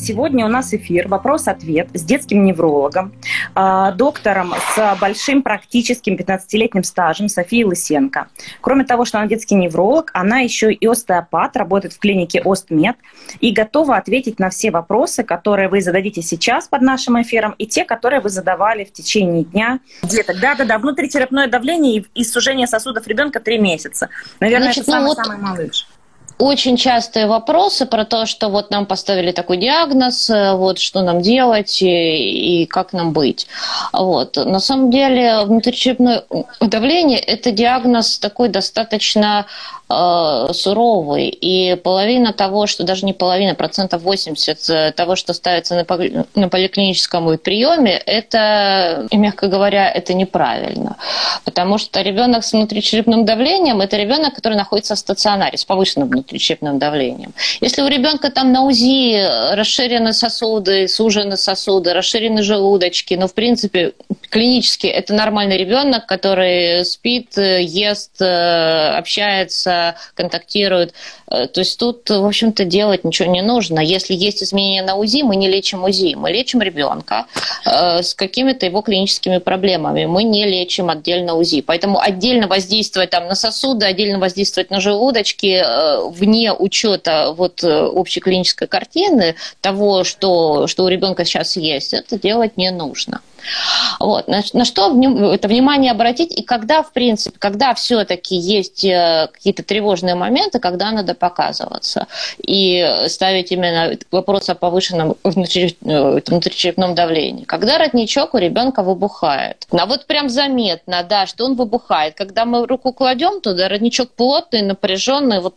Сегодня у нас эфир «Вопрос-ответ» с детским неврологом, доктором с большим практическим 15-летним стажем Софией Лысенко. Кроме того, что она детский невролог, она еще и остеопат, работает в клинике Остмед и готова ответить на все вопросы, которые вы зададите сейчас под нашим эфиром, и те, которые вы задавали в течение дня. Деток, да-да-да, внутричерепное давление и сужение сосудов ребенка 3 месяца. Наверное, это самый-самый малыш. Очень частые вопросы про то, что вот нам поставили такой диагноз, вот что нам делать и как нам быть. Вот. На самом деле внутричерепное давление – это диагноз такой достаточно суровый. И половина того, что даже не половина, 80% того, что ставится на поликлиническом приеме, это, мягко говоря, это неправильно. Потому что ребенок с внутричерепным давлением – это ребенок, который находится в стационаре с повышенным внутричерепным давлением. Если у ребенка там на УЗИ расширены сосуды, сужены сосуды, расширены желудочки, но в принципе клинически это нормальный ребенок, который спит, ест, общается, контактирует. То есть тут, в общем-то, делать ничего не нужно. Если есть изменения на УЗИ, мы не лечим УЗИ. Мы лечим ребенка с какими-то его клиническими проблемами. Мы не лечим отдельно УЗИ. Поэтому отдельно воздействовать там на сосуды, отдельно воздействовать на желудочки, вне учета вот общей клинической картины того, что у ребенка сейчас есть, это делать не нужно. Вот. На что это внимание обратить, и когда, в принципе, когда все-таки есть какие-то тревожные моменты, когда надо показываться и ставить именно вопрос о повышенном внутричерепном давлении. Когда родничок у ребенка выбухает. А вот прям заметно, да, что он выбухает. Когда мы руку кладем туда, родничок плотный, напряженный, вот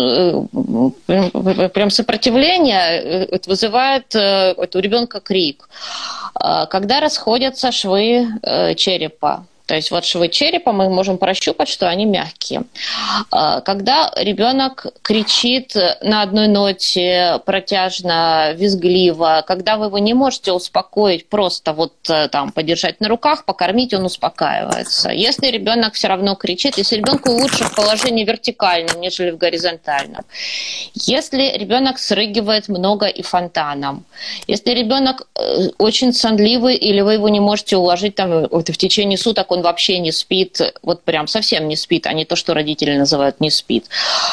прям сопротивление вызывает у ребенка крик. Когда расходятся швы черепа, то есть вот швы черепа мы можем прощупать, что они мягкие. Когда ребенок кричит на одной ноте протяжно, визгливо, когда вы его не можете успокоить, просто вот там подержать на руках, покормить, он успокаивается. Если ребенок все равно кричит, если ребенку лучше в положении вертикальном, нежели в горизонтальном. Если ребенок срыгивает много и фонтаном. Если ребенок очень сонливый, или вы его не можете уложить там вот, в течение суток, он вообще не спит, вот прям совсем не спит, а не то, что родители называют не спит.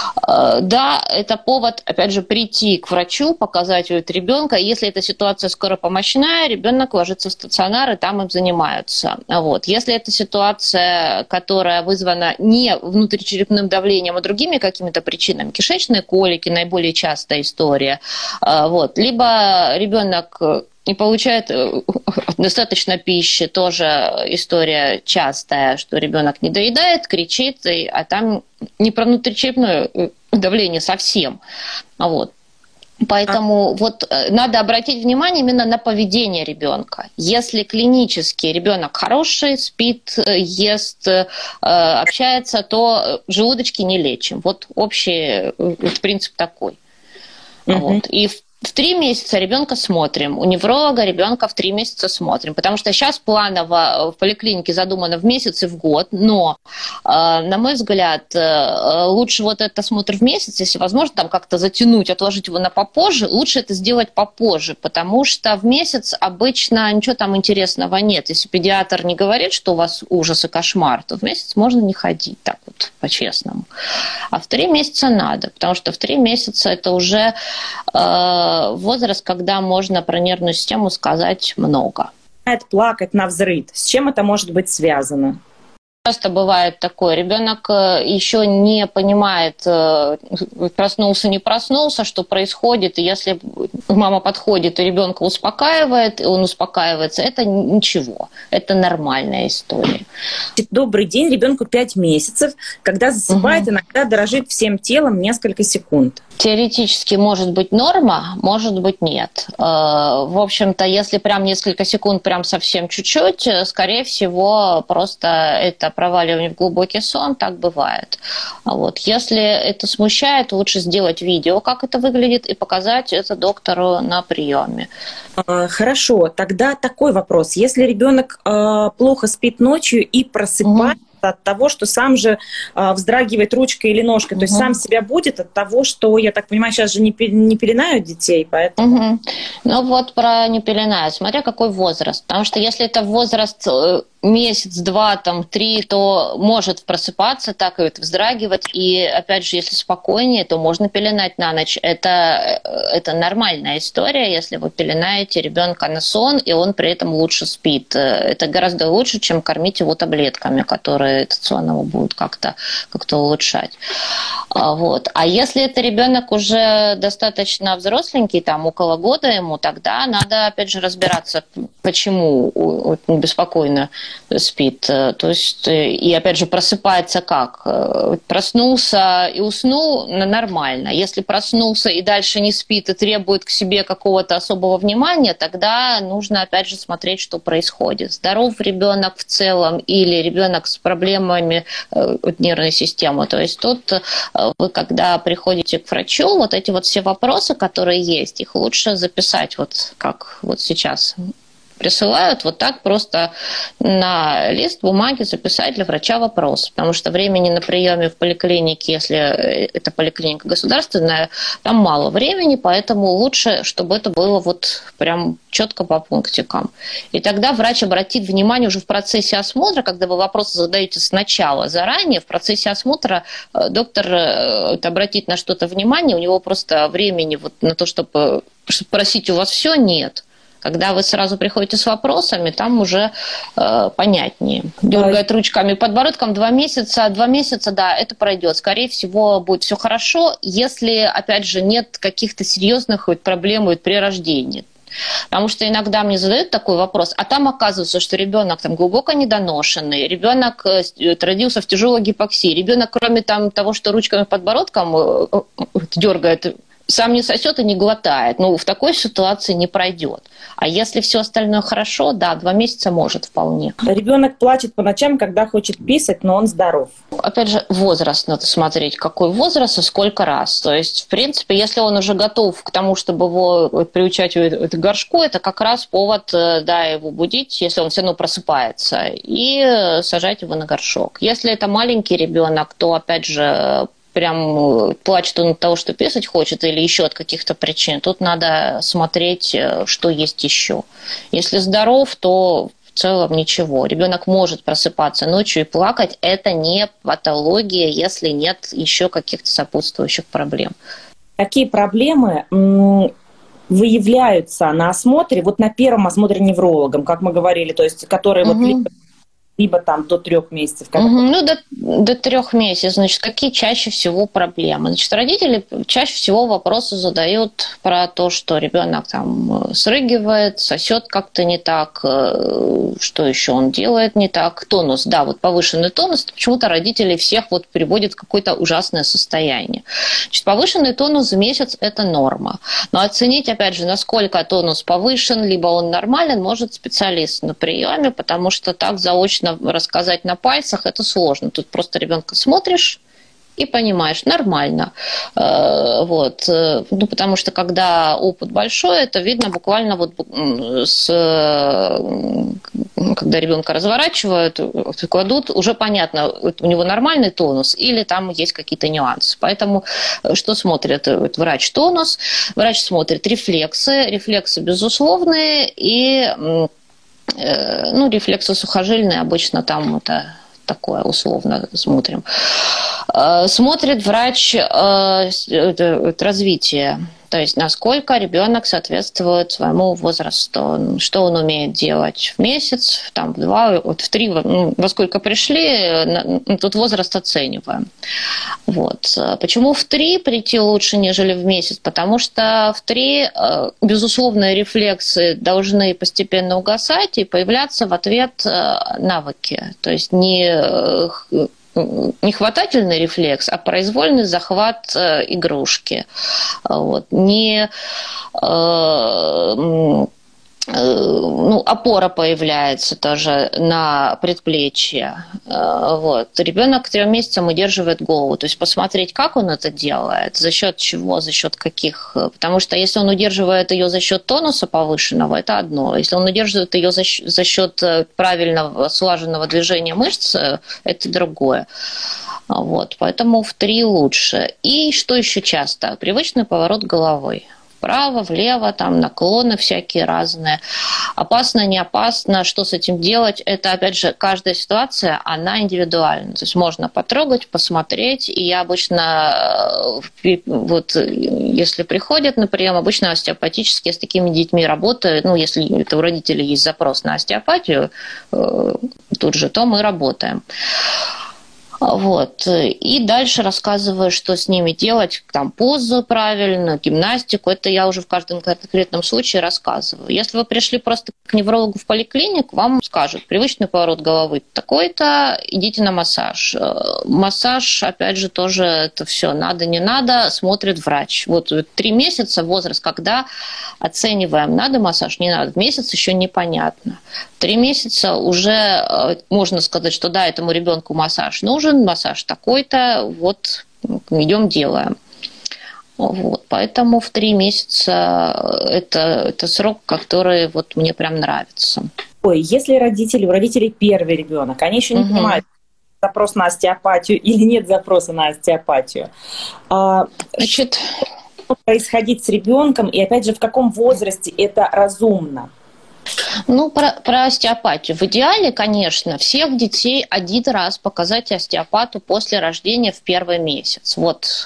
Да, это повод, опять же, прийти к врачу, показать ребенка. Если эта ситуация скоропомощная, ребенок ложится в стационар, и там им занимаются. Вот. Если это ситуация, которая вызвана не внутричерепным давлением, а другими какими-то причинами, кишечные колики, наиболее частая история, вот. Либо ребенок не получает достаточно пищи, тоже история частая, что ребенок не доедает, кричит, а там не про внутричерепное давление совсем. Вот. Поэтому вот надо обратить внимание именно на поведение ребенка. Если клинически ребенок хороший, спит, ест, общается, то желудочки не лечим. Вот общий принцип такой. Вот. И в 3 месяца ребенка смотрим. У невролога ребенка в 3 месяца смотрим. Потому что сейчас планово в поликлинике задумано в месяц и в год. Но, на мой взгляд, лучше вот этот осмотр в месяц, если возможно, там как-то затянуть, отложить его на попозже, лучше это сделать попозже. Потому что в месяц обычно ничего там интересного нет. Если педиатр не говорит, что у вас ужас и кошмар, то в месяц можно не ходить, так вот, по-честному. А в 3 месяца надо. Потому что в 3 месяца это уже возраст, когда можно про нервную систему сказать много. Плакать навзрыд. С чем это может быть связано? Часто бывает такое, ребенок еще не понимает, проснулся, не проснулся, что происходит, и если мама подходит и ребенка успокаивает, и он успокаивается, это ничего, это нормальная история. Добрый день, ребенку 5 месяцев, когда засыпает, иногда дрожит всем телом несколько секунд. Теоретически может быть норма, может быть нет. В общем-то, если прям несколько секунд, прям совсем чуть-чуть, скорее всего, просто это проваливание в глубокий сон, так бывает. Вот. Если это смущает, лучше сделать видео, как это выглядит, и показать это доктору на приеме. Хорошо, тогда такой вопрос. Если ребенок плохо спит ночью и просыпается от того, что сам же вздрагивает ручкой или ножкой, то есть сам себя будет от того, что, я так понимаю, сейчас же не пеленают детей, поэтому... Ну вот про не пеленают, смотря какой возраст, потому что если это возраст месяц, два, там, 3, то может просыпаться так и вот вздрагивать, и опять же, если спокойнее, то можно пеленать на ночь. Это нормальная история, если вы пеленаете ребенка на сон, и он при этом лучше спит. Это гораздо лучше, чем кормить его таблетками, которые этот сон его будут как-то улучшать. Вот. А если это ребенок уже достаточно взросленький, там около года ему, тогда надо опять же разбираться, почему он беспокойно спит. То есть, и опять же просыпается как? Проснулся и уснул нормально. Если проснулся и дальше не спит и требует к себе какого-то особого внимания, тогда нужно опять же смотреть, что происходит. Здоров ребенок в целом или ребенок с проблемами нервной системы. То есть тут вы, когда приходите к врачу, вот эти вот все вопросы, которые есть, их лучше записать, вот как вот сейчас присылают, вот так просто на лист бумаги записать для врача вопрос. Потому что времени на приеме в поликлинике, если это поликлиника государственная, там мало времени, поэтому лучше, чтобы это было вот прям четко по пунктикам. И тогда врач обратит внимание уже в процессе осмотра, когда вы вопросы задаете сначала, заранее, в процессе осмотра доктор обратит на что-то внимание, у него просто времени вот на то, чтобы спросить у вас все, нет. Когда вы сразу приходите с вопросами, там уже понятнее. Дергает ручками, подбородком 2 месяца. 2 месяца, да, это пройдет. Скорее всего, будет все хорошо, если, опять же, нет каких-то серьезных проблем при рождении. Потому что иногда мне задают такой вопрос, а там оказывается, что ребенок там глубоко недоношенный, ребенок родился в тяжелой гипоксии, ребенок, кроме того, что ручками подбородком дергает, сам не сосет и не глотает. Ну, в такой ситуации не пройдет. А если все остальное хорошо, да, 2 месяца может вполне. Ребенок плачет по ночам, когда хочет писать, но он здоров. Опять же, возраст надо смотреть, какой возраст и сколько раз. То есть, в принципе, если он уже готов к тому, чтобы его приучать к горшку, это как раз повод, да, его будить, если он все равно просыпается, и сажать его на горшок. Если это маленький ребенок, то, опять же, прям плачет он от того, что писать хочет, или еще от каких-то причин, тут надо смотреть, что есть еще. Если здоров, то в целом ничего. Ребенок может просыпаться ночью и плакать. Это не патология, если нет еще каких-то сопутствующих проблем. Какие проблемы выявляются на осмотре, вот на первом осмотре неврологом, как мы говорили, то есть которые вот либо там до 3 месяцев? Ну, до 3 месяцев. Значит, какие чаще всего проблемы? Значит, родители чаще всего вопросы задают про то, что ребенок там срыгивает, сосет как-то не так, что еще он делает не так. Тонус, да, вот повышенный тонус, почему-то родители всех вот приводят в какое-то ужасное состояние. Значит, повышенный тонус в месяц – это норма. Но оценить, опять же, насколько тонус повышен, либо он нормален, может специалист на приеме, потому что так заочно рассказать на пальцах это сложно. Тут просто ребенка смотришь и понимаешь, нормально. Вот. Ну, потому что когда опыт большой, это видно буквально вот когда ребенка разворачивают, кладут, уже понятно, у него нормальный тонус или там есть какие-то нюансы. Поэтому что смотрит врач? Тонус, врач смотрит рефлексы. Рефлексы безусловные и рефлексы сухожильные, обычно там это такое условно смотрим. Смотрит врач развитие, то есть насколько ребенок соответствует своему возрасту, что он умеет делать в месяц, там, в 2, в 3, во сколько пришли, тут возраст оцениваем. Вот. Почему в 3 прийти лучше, нежели в месяц? Потому что в 3 безусловные рефлексы должны постепенно угасать и появляться в ответ навыки. То есть не хватательный рефлекс, а произвольный захват игрушки. Вот. Не опора появляется тоже на предплечье. Вот. Ребенок к 3 месяцам удерживает голову. То есть посмотреть, как он это делает, за счет чего, за счет каких. Потому что если он удерживает ее за счет тонуса повышенного, это одно. Если он удерживает ее за счет правильного слаженного движения мышц, это другое. Вот. Поэтому в 3 лучше. И что еще часто? Привычный поворот головы. Вправо, влево, там наклоны всякие разные. Опасно, не опасно, что с этим делать? Это, опять же, каждая ситуация, она индивидуальна. То есть можно потрогать, посмотреть. И я обычно, вот если приходят на прием, обычно остеопатически я с такими детьми работаю. Если это у родителей есть запрос на остеопатию, тут же, то мы работаем. Вот. И дальше рассказываю, что с ними делать, там позу правильно, гимнастику. Это я уже в каждом конкретном случае рассказываю. Если вы пришли просто к неврологу в поликлинику, вам скажут, привычный поворот головы такой-то, идите на массаж. Массаж, опять же, тоже это все надо, не надо, смотрит врач. Вот 3 месяца возраст, когда оцениваем, надо массаж, не надо. В месяц еще непонятно. 3 месяца уже можно сказать, что да, этому ребенку массаж нужен, массаж такой-то, вот идем делаем. Вот, поэтому в 3 месяца это срок, который вот мне прям нравится. Ой, если у родителей первый ребенок, они еще не понимают, запрос на остеопатию или нет запроса на остеопатию. Значит, что происходить с ребенком и опять же в каком возрасте это разумно? Про остеопатию. В идеале, конечно, всех детей 1 раз показать остеопату после рождения в 1-й месяц. Вот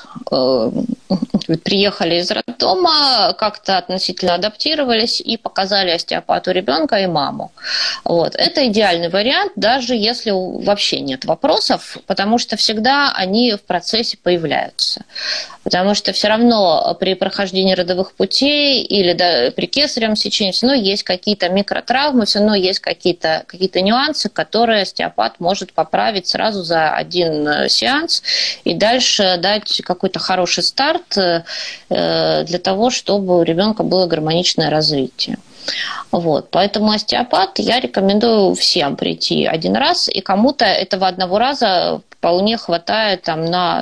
приехали из роддома, как-то относительно адаптировались и показали остеопату ребенка и маму. Вот. Это идеальный вариант, даже если вообще нет вопросов, потому что всегда они в процессе появляются. Потому что все равно при прохождении родовых путей или при кесаревом сечении все равно есть какие-то микротравмы, все равно есть какие-то нюансы, которые остеопат может поправить сразу за 1 сеанс и дальше дать какой-то хороший старт для того, чтобы у ребенка было гармоничное развитие. Вот. Поэтому остеопат я рекомендую всем прийти 1 раз, и кому-то этого 1 раза вполне хватает там на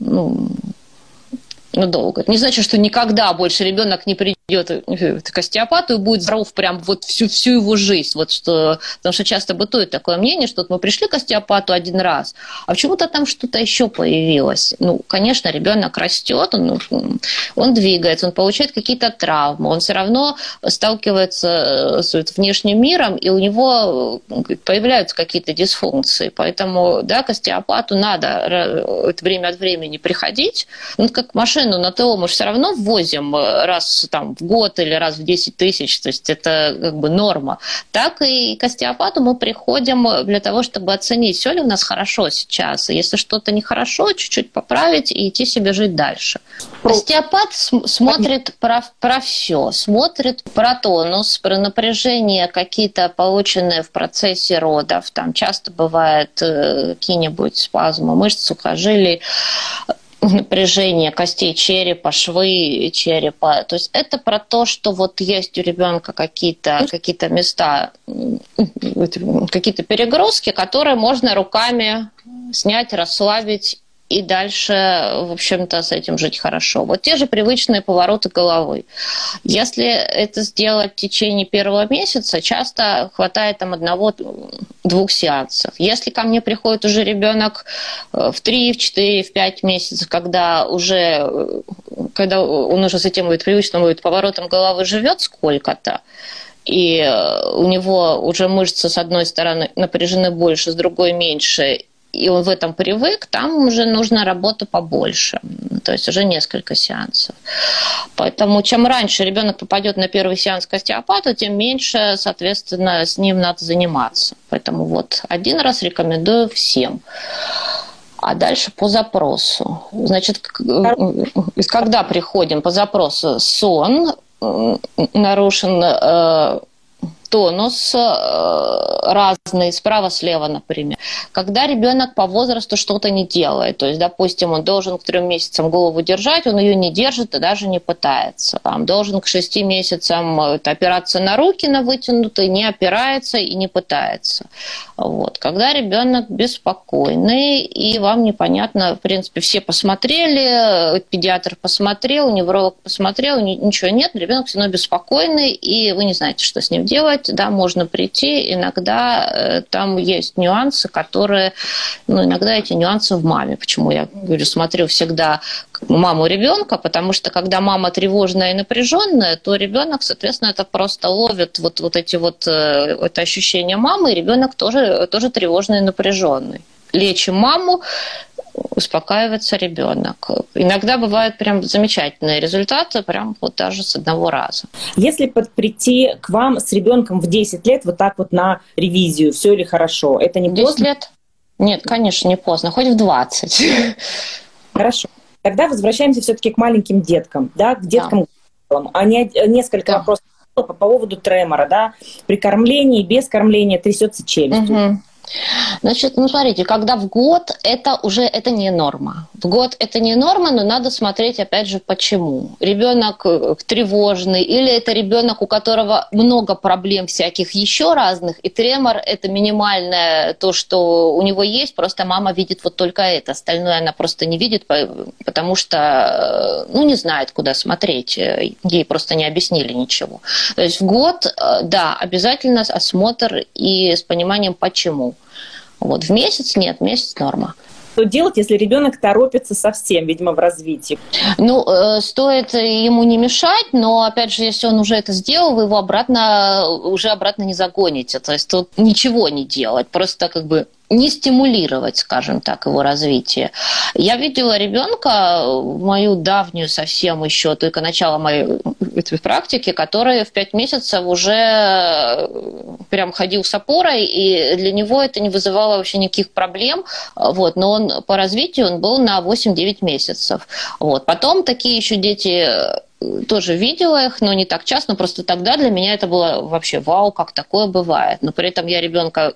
долго. Это не значит, что никогда больше ребенок не придет к остеопату и будет здоров прям вот всю его жизнь. Потому что часто бытует такое мнение, что мы пришли к остеопату 1 раз, а почему-то там что-то еще появилось. Конечно, ребенок растет, он двигается, он получает какие-то травмы, он все равно сталкивается с внешним миром, и у него появляются какие-то дисфункции. Поэтому, да, к остеопату надо время от времени приходить. Как машину на ТО мы же все равно ввозим раз в год или раз в 10 тысяч, то есть это как бы норма. Так и к остеопату мы приходим для того, чтобы оценить, все ли у нас хорошо сейчас. И если что-то нехорошо, чуть-чуть поправить и идти себе жить дальше. Остеопат смотрит про все. Смотрит про тонус, про напряжение какие-то полученные в процессе родов. Там часто бывает какие-нибудь спазмы мышц, сухожилий, напряжение костей черепа, швы черепа. То есть это про то, что вот есть у ребенка какие-то места, какие-то перегрузки, которые можно руками снять, расслабить и дальше, в общем-то, с этим жить хорошо. Вот те же привычные повороты головы. Если это сделать в течение 1-го месяца, часто хватает там 1-2 сеансов. Если ко мне приходит уже ребенок в 3, в 4, в 5 месяцев, когда он уже с этим привычным поворотом головы живет сколько-то, и у него уже мышцы с одной стороны напряжены больше, с другой меньше, и он в этом привык, там уже нужна работа побольше, то есть уже несколько сеансов. Поэтому чем раньше ребенок попадет на 1-й сеанс к остеопату, тем меньше, соответственно, с ним надо заниматься. Поэтому вот 1 раз рекомендую всем. А дальше по запросу. Значит, когда приходим по запросу? Сон нарушен, тонус разный, справа-слева, например. Когда ребенок по возрасту что-то не делает, то есть, допустим, он должен к 3 месяцам голову держать, он ее не держит и даже не пытается. Там, должен к 6 месяцам опираться на руки на вытянутые, не опирается и не пытается. Вот. Когда ребенок беспокойный, и вам непонятно, в принципе, все посмотрели, педиатр посмотрел, невролог посмотрел, ничего нет, ребенок все равно беспокойный, и вы не знаете, что с ним делать, да, можно прийти, иногда там есть нюансы, которые, иногда эти нюансы в маме. Почему я говорю, смотрю всегда маму ребенка, потому что когда мама тревожная и напряженная, то ребенок, соответственно, это просто ловит вот эти это ощущение мамы, и ребенок тоже тревожный и напряженный. Лечим маму, успокаивается ребенок. Иногда бывают прям замечательные результаты, прям даже с одного раза. Если прийти к вам с ребенком в 10 лет вот так вот на ревизию, все ли хорошо, это не 10 поздно? лет? Нет, конечно, не поздно, хоть в 20. Хорошо. Тогда возвращаемся все-таки к маленьким деткам, да, к деткам. Да. Несколько вопросов по поводу тремора, да, при кормлении, без кормления трясется челюсть. Угу. Значит, смотрите, когда в год, это не норма. В год это не норма, но надо смотреть, опять же, почему. Ребенок тревожный, или это ребенок, у которого много проблем всяких еще разных, и тремор – это минимальное то, что у него есть, просто мама видит вот только это, остальное она просто не видит, потому что, не знает, куда смотреть, ей просто не объяснили ничего. То есть в год, да, обязательно осмотр и с пониманием, почему. Вот в месяц нет, месяц норма. Что делать, если ребенок торопится совсем, видимо, в развитии? Стоит ему не мешать, но, опять же, если он уже это сделал, вы его обратно не загоните. То есть тут ничего не делать, просто не стимулировать, скажем так, его развитие. Я видела ребенка, мою давнюю совсем еще, только начало моей практики, который в 5 месяцев уже прям ходил с опорой, и для него это не вызывало вообще никаких проблем. Вот, но он по развитию он был на 8-9 месяцев. Вот. Потом такие еще дети... Тоже видела их, но не так часто, но просто тогда для меня это было вообще вау, как такое бывает. Но при этом я ребенка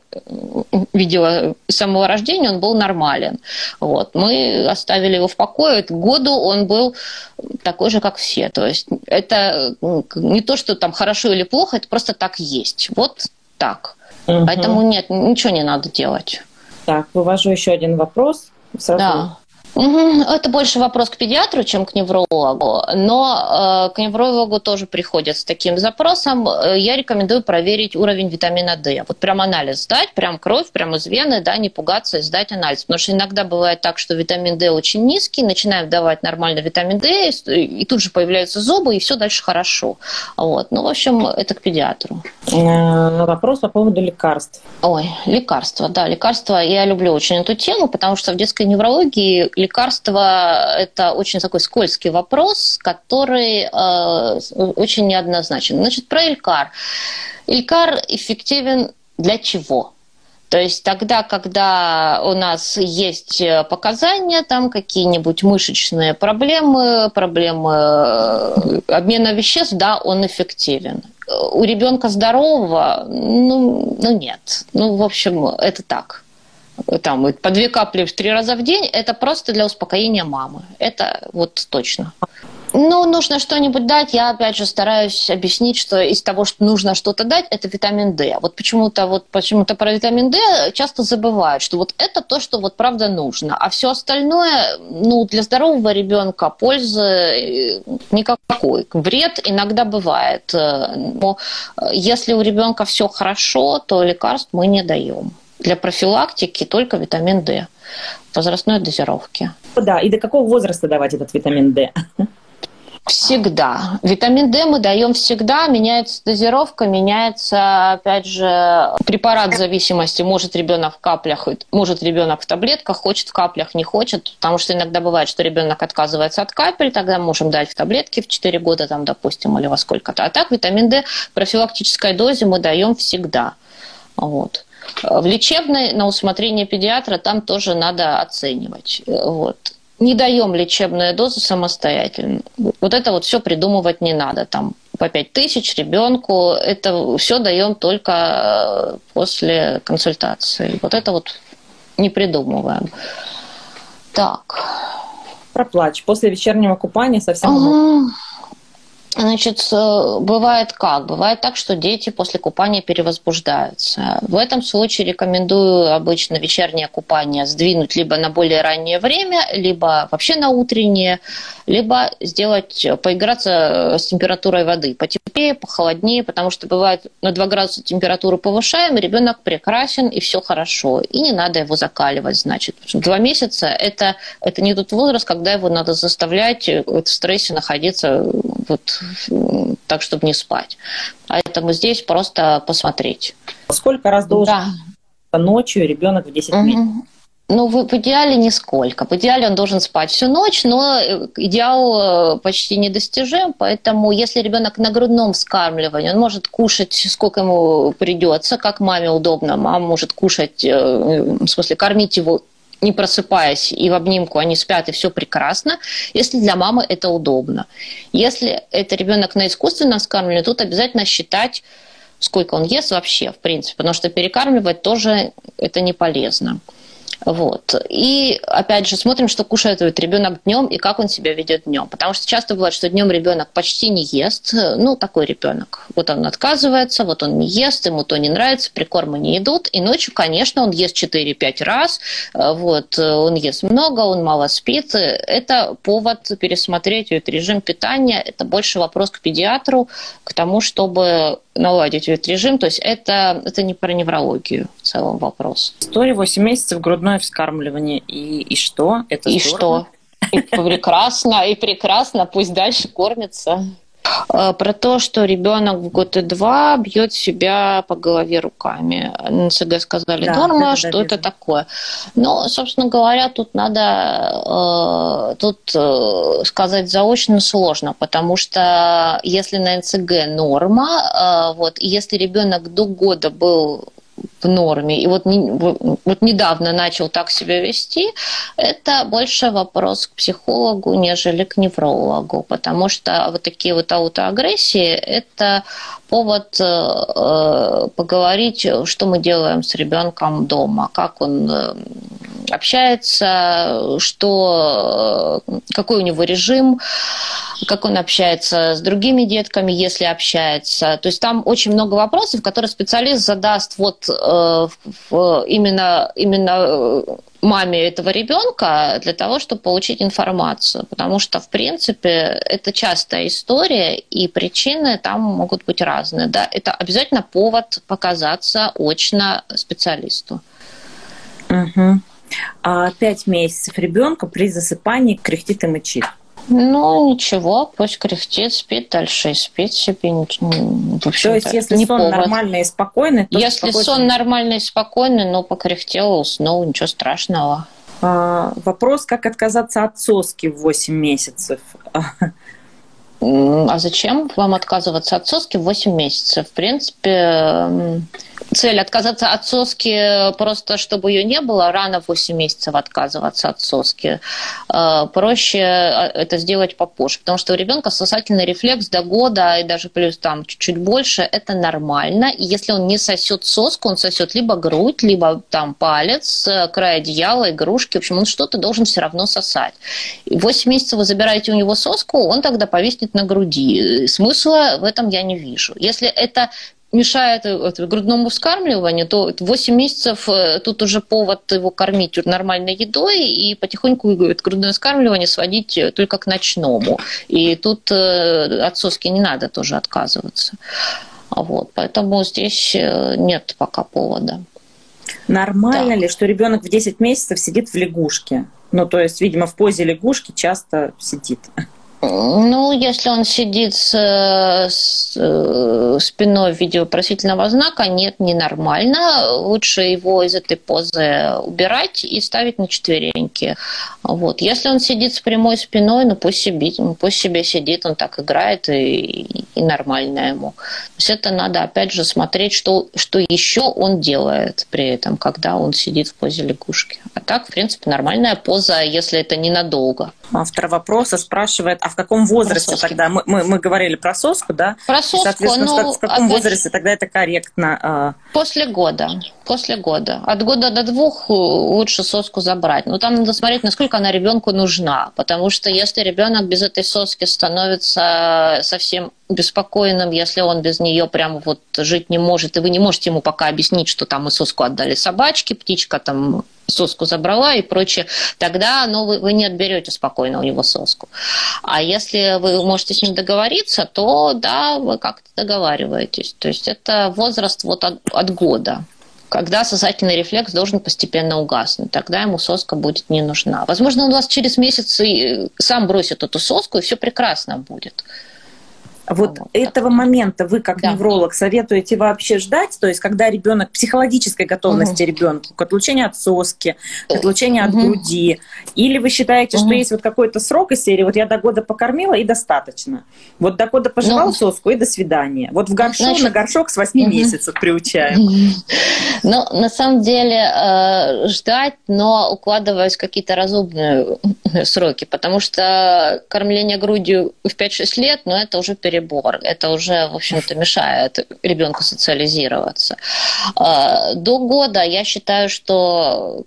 видела с самого рождения, он был нормален. Вот. Мы оставили его в покое, к году он был такой же, как все. То есть это не то, что там хорошо или плохо, это просто так есть. Вот так. Угу. Поэтому нет, ничего не надо делать. Так, вывожу еще один вопрос. Сразу... Да. Это больше вопрос к педиатру, чем к неврологу, но к неврологу тоже приходят с таким запросом. Я рекомендую проверить уровень витамина D. Вот прям анализ сдать, прям кровь, прям из вены, да, не пугаться и сдать анализ. Потому что иногда бывает так, что витамин D очень низкий, начинаем давать нормально витамин D, и тут же появляются зубы, и все дальше хорошо. Вот. В общем, это к педиатру. Вопрос по поводу лекарств. Лекарства, да, лекарства. Я люблю очень эту тему, потому что в детской неврологии лекарства – это очень такой скользкий вопрос, который очень неоднозначен. Значит, про Элькар. Элькар эффективен для чего? То есть тогда, когда у нас есть показания, там какие-нибудь мышечные проблемы обмена веществ, да, он эффективен. У ребенка здорового, нет. В общем, это так. Там по 2 капли в 3 раза в день, это просто для успокоения мамы. Это вот точно. Нужно что-нибудь дать. Я, опять же, стараюсь объяснить, что из того, что нужно что-то дать, это витамин D. Вот почему-то про витамин D часто забывают, что вот это то, что вот правда нужно. А все остальное, для здорового ребенка пользы никакой. Вред иногда бывает. Но если у ребенка все хорошо, то лекарств мы не даем. Для профилактики только витамин D в возрастной дозировке. Да, и до какого возраста давать этот витамин D? Всегда. Витамин D мы даем всегда, меняется дозировка, меняется, опять же, препарат в зависимости. Может ребенок в каплях, может ребенок в таблетках, хочет в каплях, не хочет, потому что иногда бывает, что ребенок отказывается от капель, тогда можем дать в таблетки в 4 года, там, допустим, или во сколько-то. А так витамин D в профилактической дозе мы даем всегда. Вот. В лечебной, на усмотрение педиатра, там тоже надо оценивать. Вот. Не даем лечебную дозу самостоятельно. Вот это вот все придумывать не надо. Там по 5000 ребенку. Это все даем только после консультации. Вот это вот не придумываем. Так. Про плач. После вечернего купания совсем... Значит, бывает как? Бывает так, что дети после купания перевозбуждаются. В этом случае рекомендую обычно вечернее купание сдвинуть либо на более раннее время, либо вообще на утреннее, либо сделать, поиграться с температурой воды. Потеплее, похолоднее, потому что бывает на 2 градуса температуру повышаем, и ребенок прекрасен, и все хорошо. И не надо его закаливать, значит. 2 месяца это не тот возраст, когда его надо заставлять в стрессе находиться вот так, чтобы не спать. Поэтому здесь просто посмотреть. Сколько раз должен ночью ребенок в 10 месяцев? Ну, в идеале нисколько. В идеале он должен спать всю ночь, но идеал почти недостижим, поэтому если ребенок на грудном вскармливании, он может кушать сколько ему придется, как маме удобно. Мама может кушать, в смысле, кормить его не просыпаясь, и в обнимку они спят, и все прекрасно, если для мамы это удобно. Если это ребенок на искусственном вскармливании, тут обязательно считать, сколько он ест вообще, в принципе, потому что перекармливать тоже это не полезно. Вот. И опять же смотрим, что кушает ребенок днем и как он себя ведет днем. Потому что часто бывает, что днем ребенок почти не ест. Ну, такой ребенок. Вот он отказывается, вот он не ест, ему то не нравится, прикормы не идут. И ночью, конечно, он ест 4-5 раз. Вот. Он ест много, он мало спит. Это повод пересмотреть режим питания. Это больше вопрос к педиатру, к тому, чтобы наладить режим. То есть это не про неврологию в целом вопрос. История 8 месяцев грудное вскармливание. И что? Это и здорово? Что? И прекрасно, пусть дальше кормится. Про то, что ребенок в год и 2 бьет себя по голове руками. НЦГ сказали, да, норма, что это такое. Но, собственно говоря, тут надо сказать заочно сложно, потому что если на НЦГ норма, вот, и если ребенок до года был в норме, и вот недавно начал так себя вести, это больше вопрос к психологу, нежели к неврологу, потому что вот такие вот аутоагрессии – это повод поговорить, что мы делаем с ребенком дома, как он общается, какой у него режим, как он общается с другими детками, если общается. То есть там очень много вопросов, которые специалист задаст именно маме этого ребенка для того, чтобы получить информацию. Потому что, в принципе, это частая история, и причины там могут быть разные. Да? Это обязательно повод показаться очно специалисту. Угу. 5 месяцев ребенка при засыпании кряхтит и мычит. Ну, ничего, пусть кряхтит, спит дальше и спит себе. То есть, если сон нормальный и спокойный, то если сон нормальный и спокойный, но покряхтел, уснул, ничего страшного. Вопрос, как отказаться от соски в 8 месяцев? А зачем вам отказываться от соски в 8 месяцев? В принципе, цель отказаться от соски просто, чтобы ее не было, рано в 8 месяцев отказываться от соски. Проще это сделать попозже, потому что у ребенка сосательный рефлекс до года и даже плюс там чуть-чуть больше, это нормально. И если он не сосет соску, он сосет либо грудь, либо там палец, край одеяла, игрушки. В общем, он что-то должен все равно сосать. И 8 месяцев вы забираете у него соску, он тогда повиснет на груди. Смысла в этом я не вижу. Если это мешает грудному вскармливанию, то 8 месяцев тут уже повод его кормить нормальной едой и потихоньку грудное вскармливание сводить только к ночному. И тут от соски не надо тоже отказываться. Вот. Поэтому здесь нет пока повода. Нормально ли, что ребенок в 10 месяцев сидит в лягушке? Ну, то есть, видимо, в позе лягушки часто сидит. Ну, если он сидит с спиной в виде вопросительного знака, нет, ненормально. Лучше его из этой позы убирать и ставить на четвереньки. Вот. Если он сидит с прямой спиной, ну пусть себе сидит, он так играет, и нормально ему. То есть это надо, опять же, смотреть, что еще он делает при этом, когда он сидит в позе лягушки. А так, в принципе, нормальная поза, если это ненадолго. Автор вопроса спрашивает, А в каком возрасте тогда? Мы говорили про соску, да? Про соску, соответственно, в каком возрасте тогда это корректно? После года. После года. От года до 2 лучше соску забрать. Но там надо смотреть, насколько она ребенку нужна. Потому что если ребенок без этой соски становится совсем беспокойным, если он без нее прямо вот жить не может, и вы не можете ему пока объяснить, что там мы соску отдали собачке, птичка там соску забрала и прочее, тогда вы не отберете спокойно у него соску. А если вы можете с ним договориться, то да, вы как-то договариваетесь. То есть это возраст вот от года, когда сосательный рефлекс должен постепенно угаснуть. Тогда ему соска будет не нужна. Возможно, он у вас через месяц и сам бросит эту соску, и все прекрасно будет. Вот этого момента вы, как невролог, советуете вообще ждать? То есть, когда ребенок, психологической готовности ребенку к отлучению от соски, к отлучению от груди? Или вы считаете, что есть вот какой-то срок из серии, вот я до года покормила и достаточно? Вот до года пожевал соску и до свидания. Вот в горшок, на горшок с 8 месяцев приучаем. Ну, на самом деле, ждать, но укладываясь в какие-то разумные сроки, потому что кормление грудью в 5-6 лет, но это уже перебор. Это уже, в общем-то, мешает ребенку социализироваться. До года я считаю, что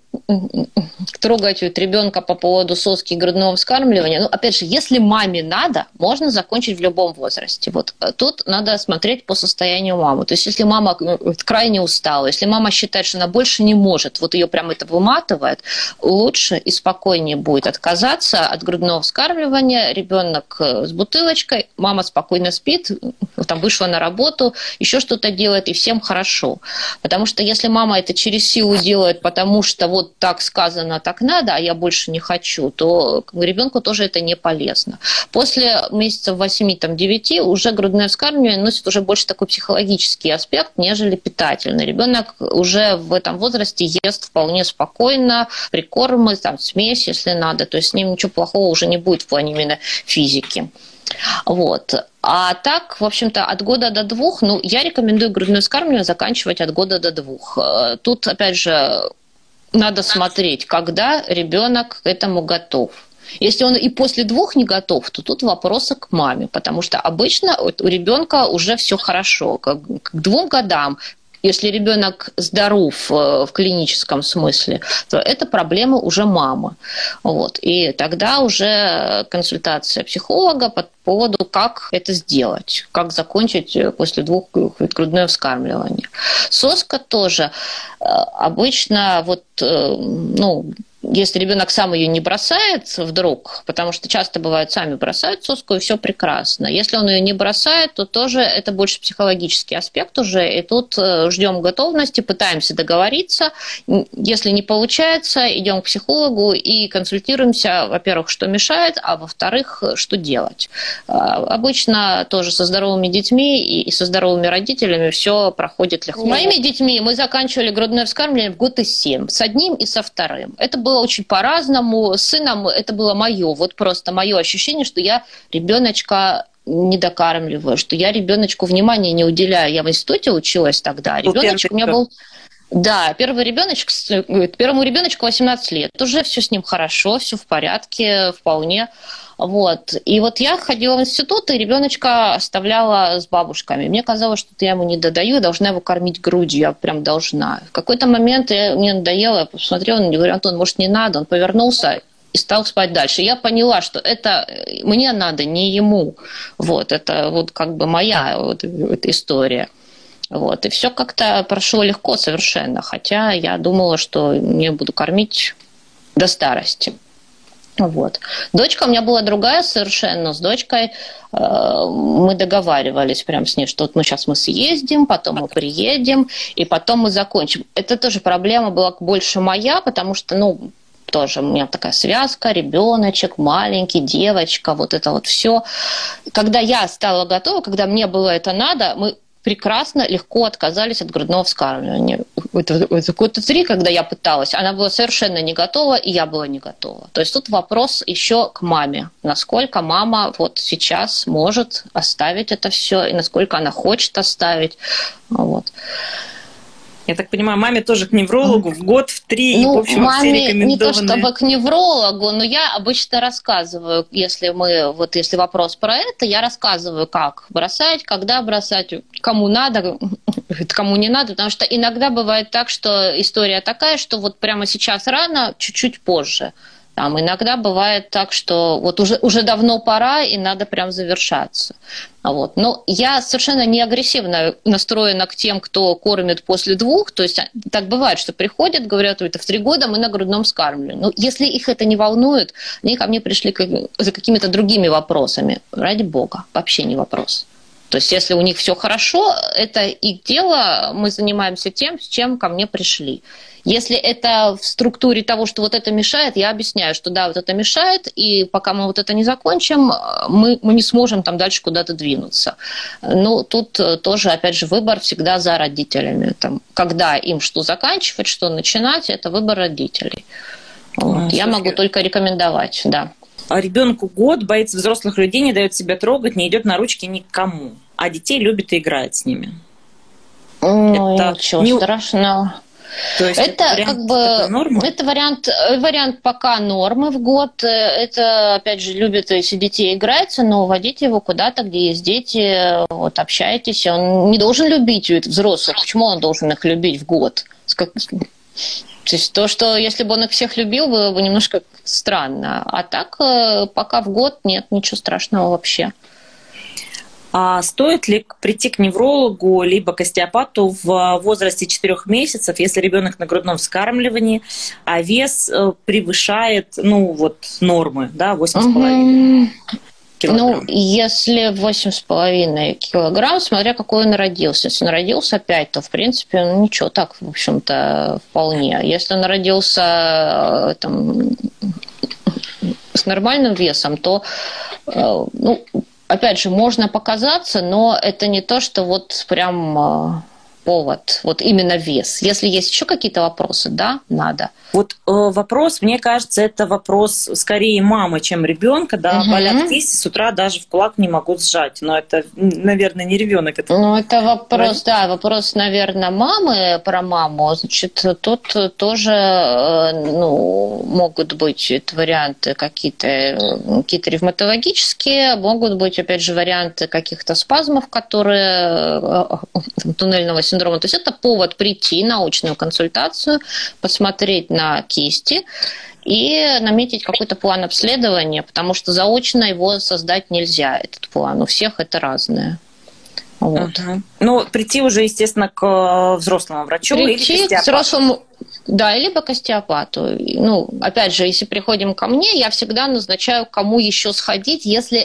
трогать ребенка по поводу соски и грудного вскармливания, ну, опять же, если маме надо, можно закончить в любом возрасте. Вот тут надо смотреть по состоянию мамы. То есть, если мама крайне устала, если мама считает, что она больше не может, вот ее прям это выматывает, лучше и спокойнее будет отказаться от грудного вскармливания. Ребенок с бутылочкой, мама спокойно спит, там вышла на работу, еще что-то делает, и всем хорошо. Потому что если мама это через силу делает, потому что вот так сказано, так надо, а я больше не хочу, то ребенку тоже это не полезно. После месяцев 8-9 уже грудное вскармливание носит уже больше такой психологический аспект, нежели питательный. Ребенок уже в этом возрасте ест вполне спокойно, прикормы, там, смесь, если надо, то есть с ним ничего плохого уже не будет в плане именно физики. Вот. А так, в общем-то, от года до 2, ну, я рекомендую грудное вскармливание заканчивать от года до 2. Тут, опять же, надо смотреть, когда ребенок к этому готов. Если он и после 2 не готов, то тут вопросы к маме, потому что обычно у ребенка уже все хорошо. К 2 годам, если ребенок здоров в клиническом смысле, то это проблема уже мамы. Вот. И тогда уже консультация психолога по поводу, как это сделать, как закончить после 2 грудное вскармливание. Соска тоже обычно вот, ну, если ребенок сам ее не бросает вдруг, потому что часто бывает, сами бросают соску, и все прекрасно. Если он ее не бросает, то тоже это больше психологический аспект уже, и тут ждем готовности, пытаемся договориться. Если не получается, идем к психологу и консультируемся, во-первых, что мешает, а во-вторых, что делать. Обычно тоже со здоровыми детьми и со здоровыми родителями все проходит легко. С моими детьми мы заканчивали грудное вскармливание в год и 7, с одним и со вторым. Это было очень по-разному. С сыном это было мое, вот просто мое ощущение, что я ребеночка не докармливаю, что я ребеночку внимания не уделяю. Я в институте училась тогда. Ребеночек у меня был... Да, первому ребеночку 18 лет. Уже все с ним хорошо, все в порядке, вполне. Вот. И вот я ходила в институт, и ребеночка оставляла с бабушками. Мне казалось, что я ему не додаю, должна его кормить грудью, я прям должна. В какой-то момент мне надоело, я посмотрела на него, говорю: Антон, может, не надо? Он повернулся и стал спать дальше. Я поняла, что это мне надо, не ему. Вот. Это вот как бы моя вот эта история. Вот. И все как-то прошло легко совершенно, хотя я думала, что не буду кормить до старости. Вот. Дочка у меня была другая совершенно. С дочкой мы договаривались прям с ней, что вот мы съездим, потом мы приедем, и потом мы закончим. Это тоже проблема была больше моя, потому что, ну, тоже у меня такая связка, ребеночек, маленький, девочка, вот это вот все. Когда я стала готова, когда мне было это надо, мы прекрасно, легко отказались от грудного вскармливания. Это года 3, когда я пыталась, она была совершенно не готова, и я была не готова. То есть тут вопрос еще к маме. Насколько мама вот сейчас может оставить это все, и насколько она хочет оставить. Вот. Я так понимаю, маме тоже к неврологу в год, в 3, и, в общем, маме все рекомендованные. не то чтобы к неврологу, но я обычно рассказываю, если вопрос про это, я рассказываю, как бросать, когда бросать, кому надо, кому не надо, потому что иногда бывает так, что история такая, что вот прямо сейчас рано, чуть-чуть позже. Там иногда бывает так, что вот уже давно пора, и надо прям завершаться. Вот. Но я совершенно не агрессивно настроена к тем, кто кормит после 2. То есть так бывает, что приходят, говорят, это в 3 года мы на грудном скармливании. Но если их это не волнует, они ко мне пришли за какими-то другими вопросами. Ради бога, вообще не вопрос. То есть если у них все хорошо, это их дело, мы занимаемся тем, с чем ко мне пришли. Если это в структуре того, что вот это мешает, я объясняю, что да, вот это мешает, и пока мы вот это не закончим, мы не сможем там дальше куда-то двинуться. Но тут тоже, опять же, выбор всегда за родителями. Там, когда им что заканчивать, что начинать, это выбор родителей. Вот. Я могу только рекомендовать, да. А ребенку год, боится взрослых людей, не дает себя трогать, не идет на ручки никому, а детей любит и играет с ними. Ну, ничего страшного. То есть это как бы это вариант пока нормы в год. Это, опять же, любит, если детей играется, но водите его куда-то, где есть дети, вот общайтесь. Он не должен любить взрослых. Почему он должен их любить в год? То есть то, что если бы он их всех любил, было бы немножко странно. А так пока в год нет ничего страшного вообще. А стоит ли прийти к неврологу либо к остеопату в возрасте 4 месяцев, если ребенок на грудном вскармливании, а вес превышает нормы, да, 8,5 килограмм? Ну, если 8,5 килограмм, смотря какой он родился. Если он родился 5, то, в принципе, ничего, так, в общем-то, вполне. Если он родился с нормальным весом, то, опять же, можно показаться, но это не то, что вот прям повод, вот именно вес. Если есть еще какие-то вопросы, да, надо. Вот вопрос, мне кажется, это вопрос скорее мамы, чем ребенка, да, болят кисти, с утра даже в кулак не могу сжать, но это, наверное, не ребенок. Это вопрос, да, вопрос, наверное, мамы, про маму, значит, тут тоже, могут быть варианты какие-то ревматологические, могут быть, опять же, варианты каких-то спазмов, которые туннельного синдрома, то есть это повод прийти на очную консультацию, посмотреть на кисти и наметить какой-то план обследования, потому что заочно его создать нельзя, этот план. У всех это разное. Вот. Ну, прийти уже, естественно, к взрослому врачу или к остеопату. К взрослому, да, либо к остеопату. Ну, опять же, если приходим ко мне, я всегда назначаю, кому еще сходить, если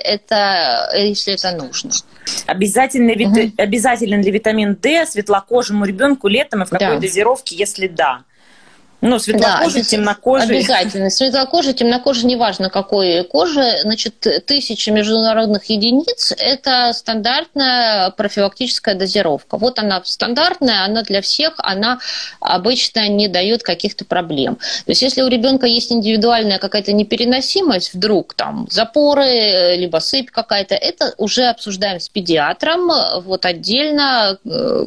это нужно. Обязателен ли витамин D светлокожему ребенку летом и в какой дозировке, если да? Ну, светлокожий, темнокожий. Обязательно. Светлокожий, темнокожий, неважно какой кожи. Значит, 1000 международных единиц – это стандартная профилактическая дозировка. Вот она стандартная, она для всех, она обычно не дает каких-то проблем. То есть, если у ребенка есть индивидуальная какая-то непереносимость, вдруг там запоры, либо сыпь какая-то, это уже обсуждаем с педиатром, вот отдельно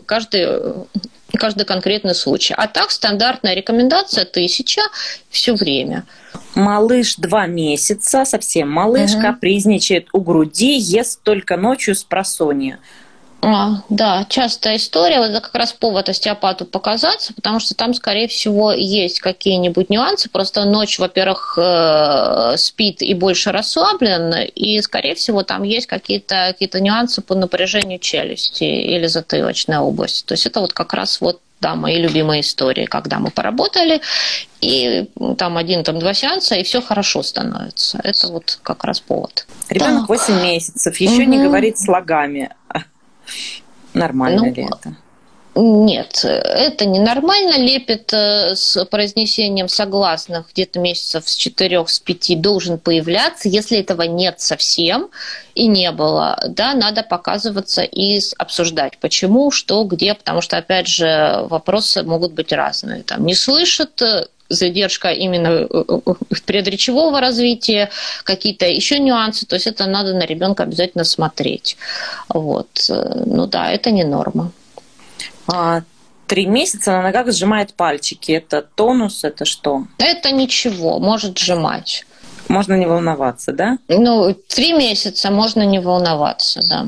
каждый конкретный случай. А так стандартная рекомендация 1000 все время. Малыш 2 месяца, совсем малыш, капризничает у груди, ест только ночью спросонья. Да, частая история. Вот это как раз повод остеопату показаться, потому что там, скорее всего, есть какие-нибудь нюансы. Просто ночь, во-первых, спит и больше расслаблен, и, скорее всего, там есть какие-то нюансы по напряжению челюсти или затылочной области. То есть это вот как раз мои любимые истории, когда мы поработали, и там 1-2 сеанса, и все хорошо становится. Это вот как раз повод. Ребенок 8 месяцев, еще не говорит слогами. Нормально ли это? Нет, это ненормально. Лепет с произнесением согласных где-то месяцев с 4-5 должен появляться. Если этого нет совсем и не было, да, надо показываться и обсуждать, почему, что, где, потому что, опять же, вопросы могут быть разные. Там не слышат, задержка именно предречевого развития, какие-то еще нюансы, то есть это надо на ребенка обязательно смотреть. Вот. Ну да, это не норма. 3 месяца на ногах сжимает пальчики. Это тонус, это что? Это ничего, может сжимать. Можно не волноваться, да? 3 месяца можно не волноваться, да.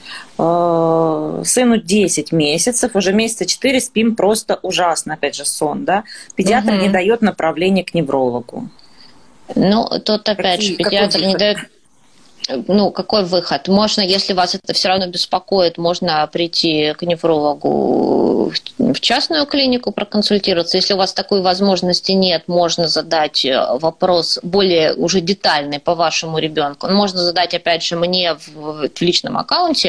Сыну 10 месяцев, уже месяца 4 спим просто ужасно, опять же, сон, да? Педиатр не дает направления к неврологу. Тут опять же педиатр не дает... какой выход? Можно, если вас это все равно беспокоит, можно прийти к неврологу в частную клинику проконсультироваться. Если у вас такой возможности нет, можно задать вопрос более уже детальный по вашему ребенку. Можно задать, опять же, мне в личном аккаунте.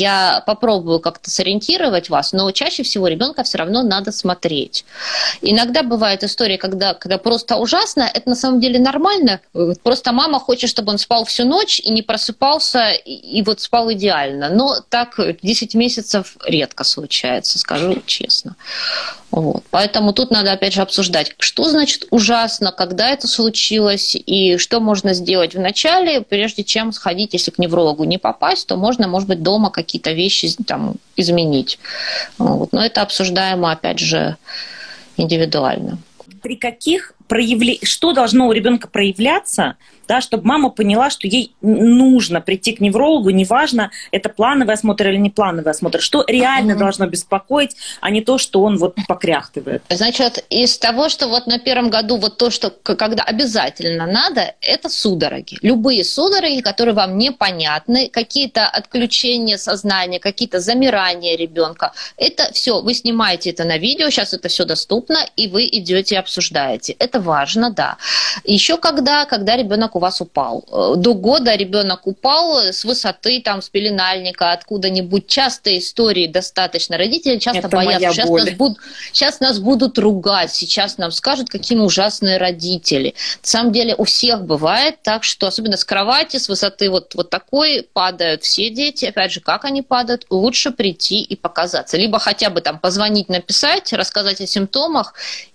Я попробую как-то сориентировать вас, но чаще всего ребенка все равно надо смотреть. Иногда бывает история, когда просто ужасно, это на самом деле нормально. Просто мама хочет, чтобы он спал всю ночь и не просыпался, и вот спал идеально. Но так 10 месяцев редко случается, скажу честно. Вот. Поэтому тут надо, опять же, обсуждать, что значит ужасно, когда это случилось, и что можно сделать в начале, прежде чем сходить, если к неврологу не попасть, то можно, может быть, дома какие-то вещи там изменить. Вот. Но это обсуждаемо, опять же, индивидуально. При каких что должно у ребенка проявляться, да, чтобы мама поняла, что ей нужно прийти к неврологу, неважно, это плановый осмотр или не плановый осмотр, что реально должно беспокоить, а не то, что он вот покряхтывает. Значит, из того, что вот на первом году вот то, что когда обязательно надо, это судороги. Любые судороги, которые вам непонятны, какие-то отключения сознания, какие-то замирания ребенка, это все, вы снимаете это на видео, сейчас это все доступно, и вы идете и обсуждаете. Это важно, да. Еще когда ребенок у вас упал. До года ребенок упал с высоты, там, с пеленальника, откуда-нибудь. Частые истории достаточно. Родители часто это боятся. Сейчас нас будут ругать, сейчас нам скажут, какие мы ужасные родители. На самом деле у всех бывает так, что особенно с кровати, с высоты вот такой падают все дети. Опять же, как они падают, лучше прийти и показаться. Либо хотя бы там позвонить, написать, рассказать о симптомах.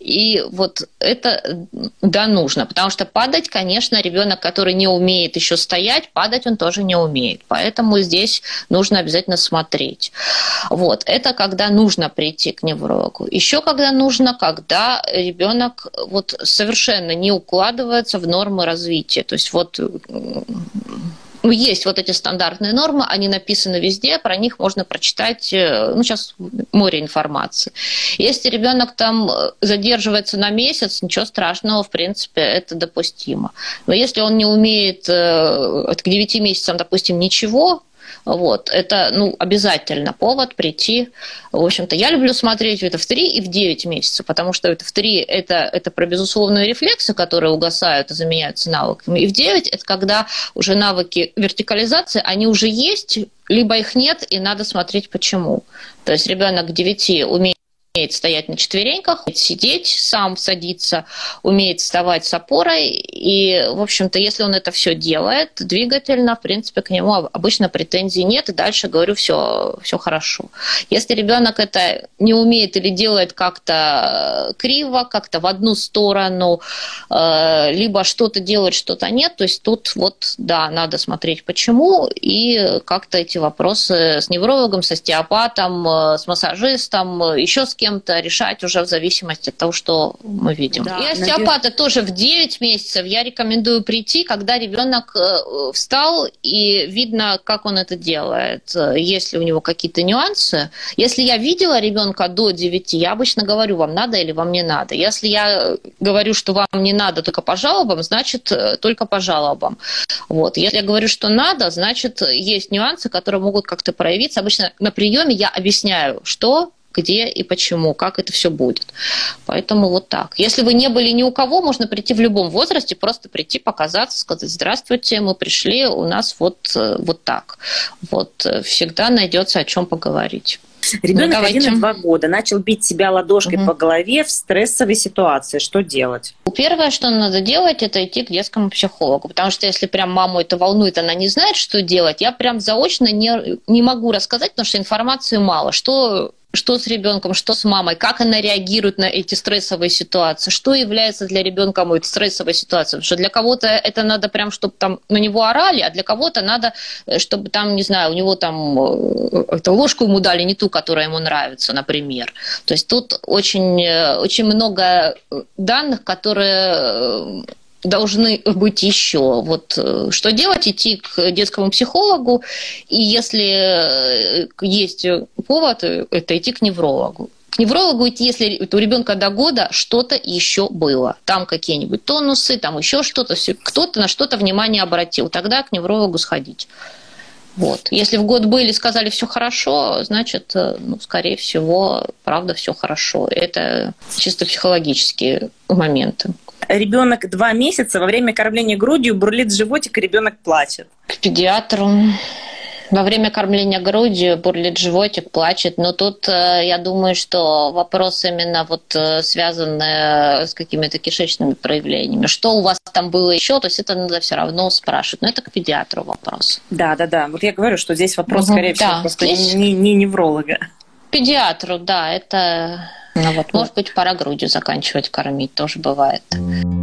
И вот это, да, нужно. Потому что падать, конечно, ребенок, который не умеет еще стоять, падать он тоже не умеет. Поэтому здесь нужно обязательно смотреть. Вот. Это когда нужно прийти к неврологу. Еще когда нужно, когда ребенок вот совершенно не укладывается в нормы развития. То есть вот есть вот эти стандартные нормы, они написаны везде, про них можно прочитать, сейчас море информации. Если ребенок там задерживается на месяц, ничего страшного, в принципе, это допустимо. Но если он не умеет к 9 месяцам, допустим, ничего, вот, это обязательно повод прийти. В общем-то, я люблю смотреть это в 3 и в 9 месяцев, потому что это в 3 это про безусловные рефлексы, которые угасают и заменяются навыками. И в 9 это когда уже навыки вертикализации, они уже есть, либо их нет, и надо смотреть почему. То есть ребенок к 9 умеет стоять на четвереньках, сидеть, сам садиться, умеет вставать с опорой. И, в общем-то, если он это все делает двигательно, в принципе, к нему обычно претензий нет, и дальше, говорю, все хорошо. Если ребенок это не умеет или делает как-то криво, как-то в одну сторону, либо что-то делает, что-то нет, то есть тут вот, да, надо смотреть почему, и как-то эти вопросы с неврологом, с остеопатом, с массажистом, еще с кем-то решать уже в зависимости от того, что мы видим. Да, и остеопата тоже в 9 месяцев я рекомендую прийти, когда ребенок встал и видно, как он это делает. Есть ли у него какие-то нюансы. Если я видела ребенка до 9, я обычно говорю, вам надо или вам не надо. Если я говорю, что вам не надо только по жалобам, значит, только по жалобам. Вот. Если я говорю, что надо, значит, есть нюансы, которые могут как-то проявиться. Обычно на приеме я объясняю, что, где и почему, как это все будет. Поэтому вот так. Если вы не были ни у кого, можно прийти в любом возрасте, просто прийти, показаться, сказать: здравствуйте, мы пришли, у нас вот так. Вот всегда найдется о чем поговорить. Ребенок 1,2 года начал бить себя ладошкой по голове в стрессовой ситуации. Что делать? Первое, что надо делать, это идти к детскому психологу. Потому что если прям маму это волнует, она не знает, что делать, я прям заочно не могу рассказать, потому что информации мало. Что что с ребенком, что с мамой, как она реагирует на эти стрессовые ситуации, что является для ребенка стрессовой ситуацией. Потому что для кого-то это надо прям, чтобы там на него орали, а для кого-то надо, чтобы там, не знаю, у него там ложку ему дали не ту, которая ему нравится, например. То есть тут очень много данных, которые должны быть еще. Вот что делать? Идти к детскому психологу, и если есть повод, это идти к неврологу. К неврологу идти, если у ребенка до года что-то еще было. Там какие-нибудь тонусы, там еще что-то, кто-то на что-то внимание обратил. Тогда к неврологу сходить. Вот. Если в год были, сказали, все хорошо, значит, скорее всего, правда, все хорошо. Это чисто психологические моменты. Ребенок 2 месяца, во время кормления грудью бурлит животик, и ребенок плачет. К педиатру. Во время кормления грудью бурлит животик, плачет. Но тут я думаю, что вопрос именно связанный с какими-то кишечными проявлениями. Что у вас там было еще, то есть это надо все равно спрашивать. Но это к педиатру вопрос. Да. Вот я говорю, что здесь вопрос, скорее всего, просто здесь... не невролога. Педиатру, да, это... может быть, пора грудью заканчивать кормить, тоже бывает.